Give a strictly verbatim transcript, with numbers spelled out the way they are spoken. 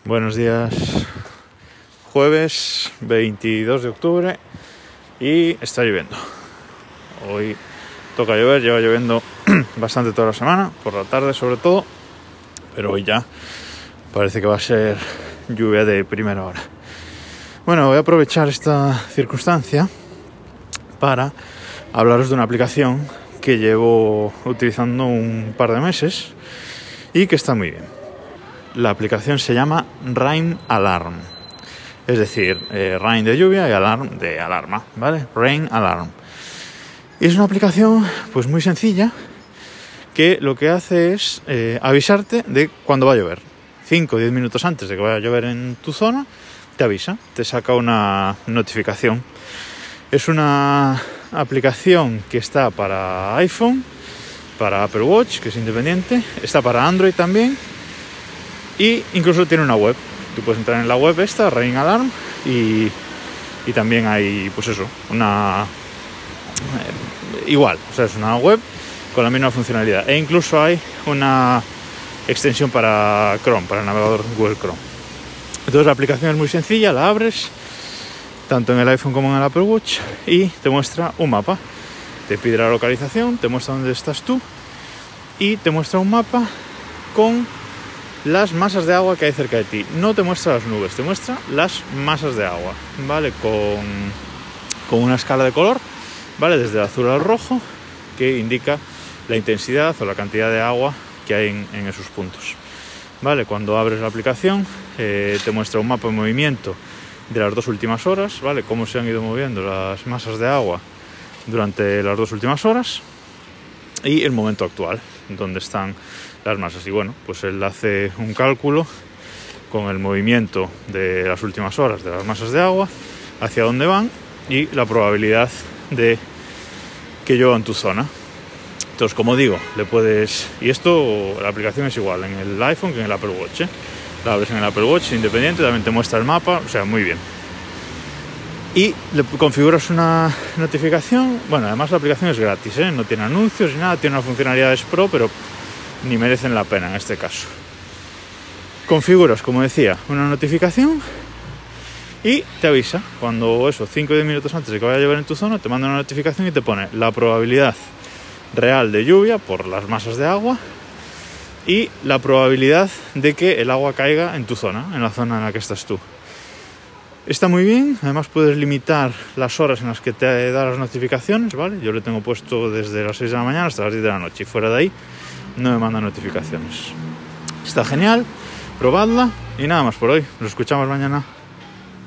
Buenos días, jueves veintidós de octubre y está lloviendo. Hoy toca llover, lleva lloviendo bastante toda la semana, por la tarde sobre todo, pero hoy ya parece que va a ser lluvia de primera hora. Bueno, voy a aprovechar esta circunstancia para hablaros de una aplicación que llevo utilizando un par de meses y que está muy bien. La aplicación se llama Rain Alarm, es decir, eh, Rain de lluvia y Alarm de alarma, ¿vale? Rain Alarm. Y es una aplicación pues muy sencilla que lo que hace es eh, avisarte de cuando va a llover. cinco o diez minutos antes de que vaya a llover en tu zona, te avisa, te saca una notificación. Es una aplicación que está para iPhone, para Apple Watch, que es independiente, está para Android también. Y incluso tiene una web. Tú puedes entrar en la web esta, Rain Alarm, y, y también hay, pues eso, una... Eh, igual, o sea, es una web con la misma funcionalidad. E incluso hay una extensión para Chrome, para el navegador Google Chrome. Entonces la aplicación es muy sencilla, la abres, tanto en el iPhone como en el Apple Watch, y te muestra un mapa. Te pide la localización, te muestra dónde estás tú, y te muestra un mapa con las masas de agua que hay cerca de ti. No te muestra las nubes, te muestra las masas de agua, ¿vale? Con, con una escala de color, ¿vale? Desde el azul al rojo, que indica la intensidad o la cantidad de agua que hay en, en esos puntos, ¿vale? Cuando abres la aplicación, eh, te muestra un mapa de movimiento de las dos últimas horas, ¿vale? Cómo se han ido moviendo las masas de agua durante las dos últimas horas y el momento actual, donde están las masas. Y bueno, pues él hace un cálculo con el movimiento de las últimas horas de las masas de agua, hacia dónde van y la probabilidad de que llueva en tu zona. Entonces, como digo, le puedes... Y esto, la aplicación es igual en el iPhone que en el Apple Watch, ¿eh? La abres en el Apple Watch independiente, también te muestra el mapa, o sea, muy bien. Y le configuras una notificación. Bueno, además la aplicación es gratis, ¿eh? No tiene anuncios ni nada, tiene unas funcionalidades pro, pero ni merecen la pena en este caso. Configuras, como decía, una notificación y te avisa cuando eso, cinco o diez minutos antes de que vaya a llover en tu zona, te manda una notificación y te pone la probabilidad real de lluvia por las masas de agua y la probabilidad de que el agua caiga en tu zona, en la zona en la que estás tú. Está muy bien, además puedes limitar las horas en las que te da las notificaciones, ¿vale? Yo lo tengo puesto desde las seis de la mañana hasta las diez de la noche y fuera de ahí no me manda notificaciones. Está genial, probadla y nada más por hoy. Nos escuchamos mañana.